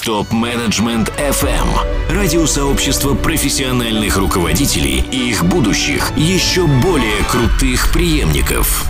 Топ-менеджмент FM. Радиосообщество профессиональных руководителей и их будущих, еще более крутых преемников.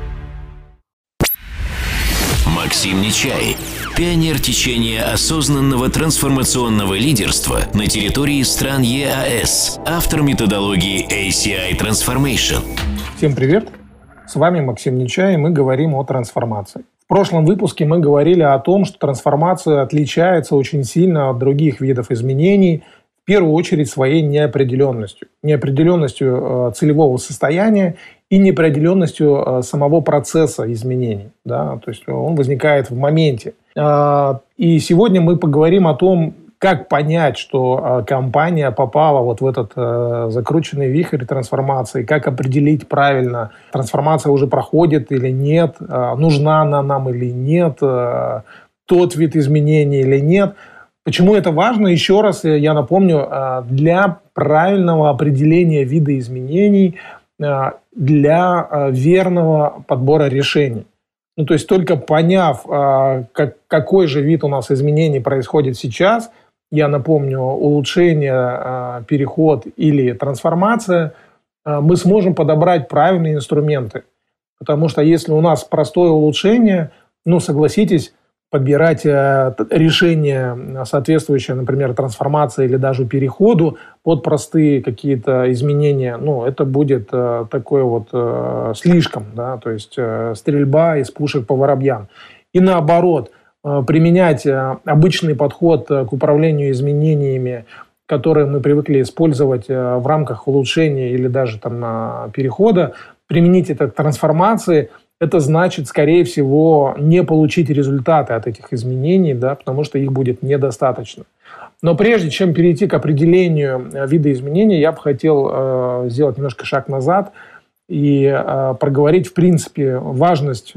Максим Нечай. Пионер течения осознанного трансформационного лидерства на территории стран ЕАЭС. Автор методологии ACI Transformation. Всем привет! С вами Максим Нечай, и мы говорим о трансформации. В прошлом выпуске мы говорили о том, что трансформация отличается очень сильно от других видов изменений, в первую очередь своей неопределенностью. Неопределенностью целевого состояния и неопределенностью самого процесса изменений. Да? То есть он возникает в моменте. И сегодня мы поговорим о том, как понять, что компания попала вот в этот закрученный вихрь трансформации, как определить правильно, трансформация уже проходит или нет, нужна она нам или нет, тот вид изменений или нет. Почему это важно? Еще раз я напомню, для правильного определения вида изменений, для верного подбора решений. Ну, то есть только поняв, какой же вид у нас изменений происходит сейчас, я напомню, улучшение, переход или трансформация, мы сможем подобрать правильные инструменты. Потому что если у нас простое улучшение, согласитесь, подбирать решение, соответствующее, например, трансформации или даже переходу под простые какие-то изменения, это будет такое вот слишком, да, то есть стрельба из пушек по воробьям. И наоборот, применять обычный подход к управлению изменениями, которые мы привыкли использовать в рамках улучшения или даже перехода, применить это к трансформации, это значит, скорее всего, не получить результаты от этих изменений, да, потому что их будет недостаточно. Но прежде чем перейти к определению вида изменений, я бы хотел сделать немножко шаг назад и проговорить, в принципе, важность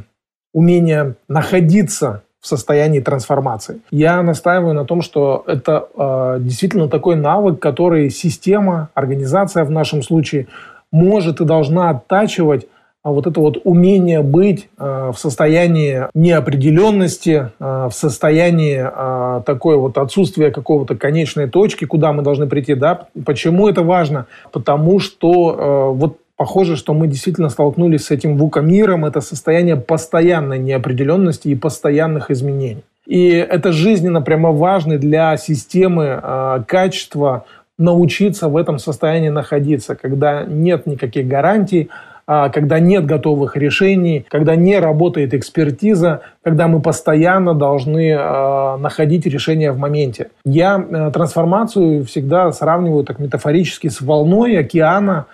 умения находиться в состоянии трансформации. Я настаиваю на том, что это действительно такой навык, который система, организация в нашем случае может и должна оттачивать, вот это вот умение быть в состоянии неопределенности, в состоянии такое вот отсутствия какого-то конечной точки, куда мы должны прийти. Да? Почему это важно? Потому что похоже, что мы действительно столкнулись с этим вука-миром. Это состояние постоянной неопределенности и постоянных изменений. И это жизненно прямо важно для системы качества научиться в этом состоянии находиться, когда нет никаких гарантий, когда нет готовых решений, когда не работает экспертиза, когда мы постоянно должны находить решения в моменте. Я трансформацию всегда сравниваю так метафорически с волной океана,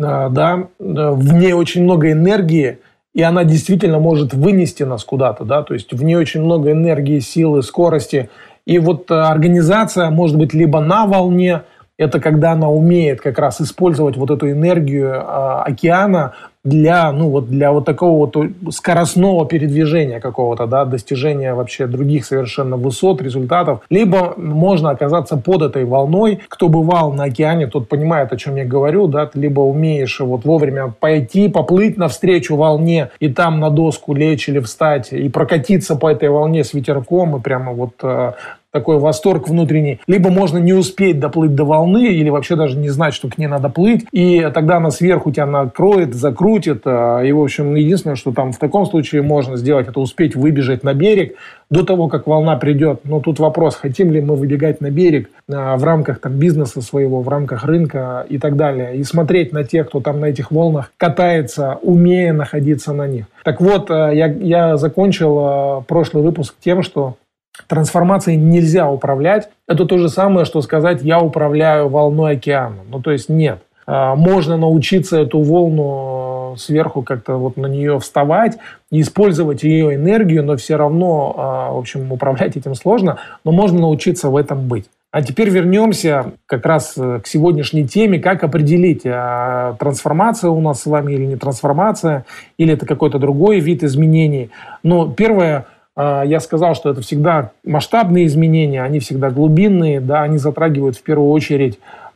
да, в ней очень много энергии, и она действительно может вынести нас куда-то, да, то есть в ней очень много энергии, силы, скорости. И вот организация может быть либо на волне, это когда она умеет как раз использовать вот эту энергию океана для вот такого вот скоростного передвижения какого-то, да, достижения вообще других совершенно высот, результатов. Либо можно оказаться под этой волной. Кто бывал на океане, тот понимает, о чем я говорю, да, ты либо умеешь вот вовремя пойти, поплыть навстречу волне и там на доску лечь или встать и прокатиться по этой волне с ветерком и прямо вот такой восторг внутренний. Либо можно не успеть доплыть до волны или вообще даже не знать, что к ней надо плыть, и тогда она сверху тебя накроет, закрутит. И, в общем, единственное, что там в таком случае можно сделать, это успеть выбежать на берег до того, как волна придет. Но тут вопрос, хотим ли мы выбегать на берег в рамках бизнеса своего, в рамках рынка и так далее. И смотреть на тех, кто там на этих волнах катается, умея находиться на них. Так вот, я закончил прошлый выпуск тем, что трансформацией нельзя управлять. Это то же самое, что сказать «я управляю волной океана». То есть нет. Можно научиться эту волну сверху как-то вот на нее вставать, использовать ее энергию, но все равно, в общем, управлять этим сложно, но можно научиться в этом быть. А теперь вернемся как раз к сегодняшней теме, как определить, трансформация у нас с вами или не трансформация, или это какой-то другой вид изменений. Но первое, я сказал, что это всегда масштабные изменения, они всегда глубинные, да, они затрагивают в первую очередь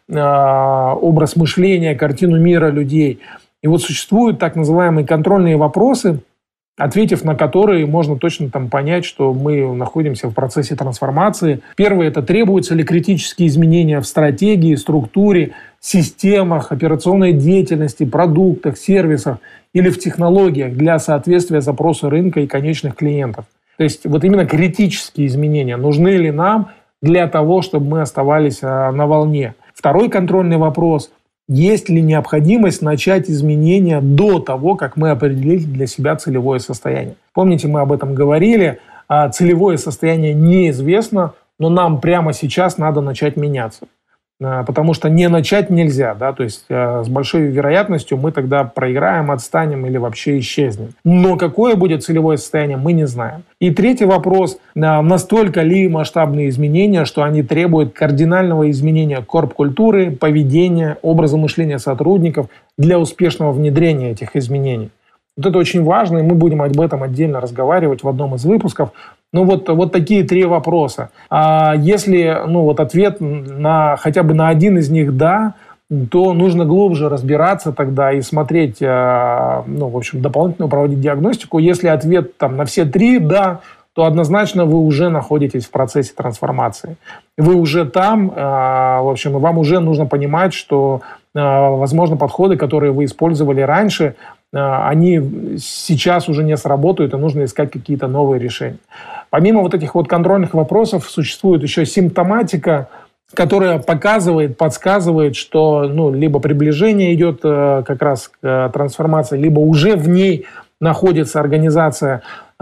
образ мышления, картину мира людей. И вот существуют так называемые контрольные вопросы, ответив на которые, можно точно там понять, что мы находимся в процессе трансформации. Первое – это требуются ли критические изменения в стратегии, структуре, системах, операционной деятельности, продуктах, сервисах или в технологиях для соответствия запросу рынка и конечных клиентов. То есть вот именно критические изменения нужны ли нам для того, чтобы мы оставались на волне. Второй контрольный вопрос – есть ли необходимость начать изменения до того, как мы определили для себя целевое состояние? Помните, мы об этом говорили. Целевое состояние неизвестно, но нам прямо сейчас надо начать меняться. Потому что не начать нельзя, да, то есть с большой вероятностью мы тогда проиграем, отстанем или вообще исчезнем. Но какое будет целевое состояние, мы не знаем. И третий вопрос, настолько ли масштабные изменения, что они требуют кардинального изменения корп-культуры, поведения, образа мышления сотрудников для успешного внедрения этих изменений. Вот это очень важно, и мы будем об этом отдельно разговаривать в одном из выпусков. Ну вот такие три вопроса. А если ответ хотя бы на один из них «да», то нужно глубже разбираться тогда и смотреть, дополнительно проводить диагностику. Если ответ на все три «да», то однозначно вы уже находитесь в процессе трансформации. Вы уже там, и вам уже нужно понимать, что, возможно, подходы, которые вы использовали раньше, они сейчас уже не сработают, и нужно искать какие-то новые решения. Помимо вот этих контрольных вопросов, существует еще симптоматика, которая подсказывает, что либо приближение идет как раз к трансформации, либо уже в ней находится организация.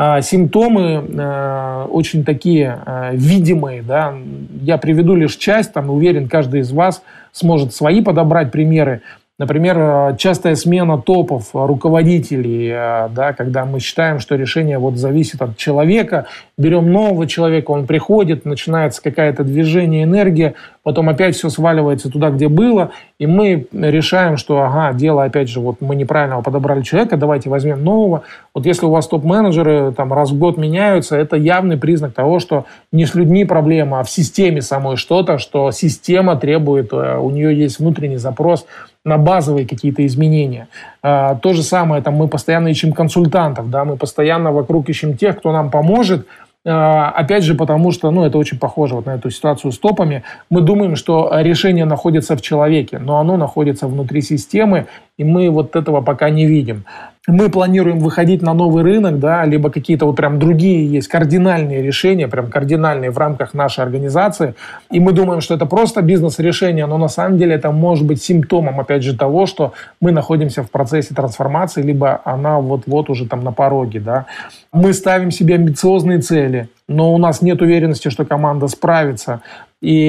Симптомы очень такие видимые. Да? Я приведу лишь часть, уверен, каждый из вас сможет свои подобрать примеры. Например, частая смена топов, руководителей, да, когда мы считаем, что решение зависит от человека, берем нового человека, он приходит, начинается какое-то движение, энергия, потом опять все сваливается туда, где было, и мы решаем, что дело опять же, мы неправильно подобрали человека, давайте возьмем нового. Вот если у вас топ-менеджеры раз в год меняются, это явный признак того, что не с людьми проблема, а в системе самой что-то, что система требует, у нее есть внутренний запрос на базовые какие-то изменения. То же самое, мы постоянно ищем консультантов, да, мы постоянно вокруг ищем тех, кто нам поможет. Опять же, потому что, это очень похоже на эту ситуацию с топами. Мы думаем, что решение находится в человеке, но оно находится внутри системы, и мы этого пока не видим. Мы планируем выходить на новый рынок, да, либо какие-то прям другие есть кардинальные решения, прям кардинальные в рамках нашей организации, и мы думаем, что это просто бизнес-решение, но на самом деле это может быть симптомом, опять же, того, что мы находимся в процессе трансформации, либо она вот уже на пороге, да. Мы ставим себе амбициозные цели, но у нас нет уверенности, что команда справится. И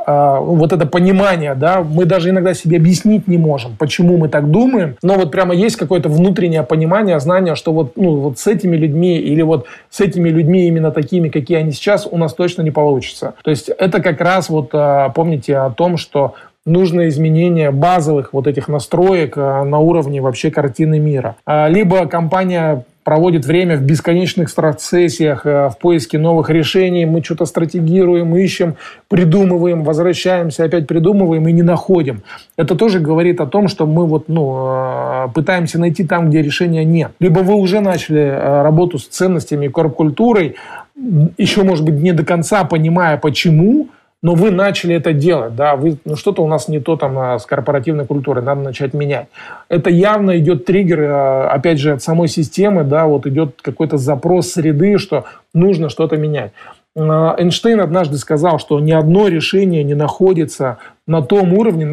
это понимание, да, мы даже иногда себе объяснить не можем, почему мы так думаем, но прямо есть какое-то внутреннее понимание, знание, что с этими людьми или с этими людьми именно такими, какие они сейчас, у нас точно не получится. То есть это как раз помните о том, что нужно изменение базовых этих настроек на уровне вообще картины мира. Либо компания проводит время в бесконечных страт-сессиях, в поиске новых решений. Мы что-то стратегируем, ищем, придумываем, возвращаемся, опять придумываем и не находим. Это тоже говорит о том, что мы пытаемся найти там, где решения нет. Либо вы уже начали работу с ценностями и корп-культурой, еще, может быть, не до конца понимая, почему, но вы начали это делать, да, что-то у нас не то с корпоративной культурой, надо начать менять. Это явно идет триггер, опять же, от самой системы, да, идет какой-то запрос среды, что нужно что-то менять. Эйнштейн однажды сказал, что ни одно решение не находится на том уровне,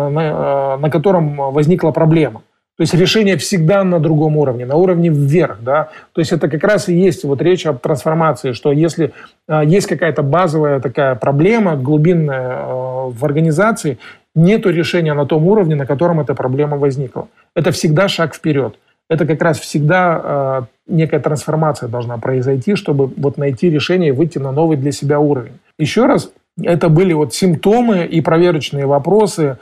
на котором возникла проблема. То есть решение всегда на другом уровне, на уровне вверх. Да? То есть это как раз и есть речь об трансформации, что если есть какая-то базовая такая проблема, глубинная в организации, нет решения на том уровне, на котором эта проблема возникла. Это всегда шаг вперед. Это как раз всегда некая трансформация должна произойти, чтобы найти решение и выйти на новый для себя уровень. Еще раз, это были симптомы и проверочные вопросы.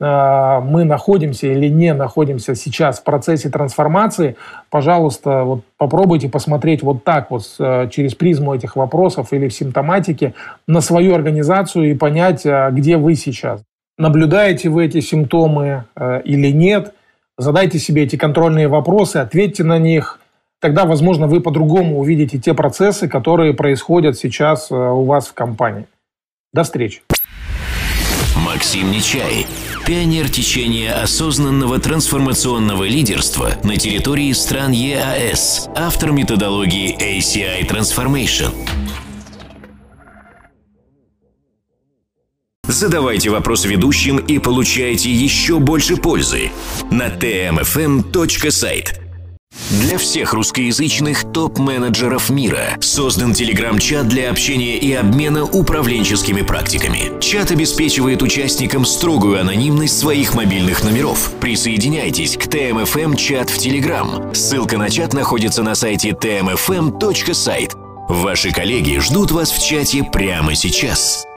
Мы находимся или не находимся сейчас в процессе трансформации, пожалуйста, попробуйте посмотреть так через призму этих вопросов или в симптоматике на свою организацию и понять, где вы сейчас. Наблюдаете вы эти симптомы или нет? Задайте себе эти контрольные вопросы, ответьте на них. Тогда, возможно, вы по-другому увидите те процессы, которые происходят сейчас у вас в компании. До встречи. Максим Нечай, пионер течения осознанного трансформационного лидерства на территории стран ЕАЭС, автор методологии ACI Transformation. Задавайте вопросы ведущим и получайте еще больше пользы на tmfm.site. Для всех русскоязычных топ-менеджеров мира создан телеграм-чат для общения и обмена управленческими практиками. Чат обеспечивает участникам строгую анонимность своих мобильных номеров. Присоединяйтесь к TMFM-чат в Telegram. Ссылка на чат находится на сайте tmfm.site. Ваши коллеги ждут вас в чате прямо сейчас.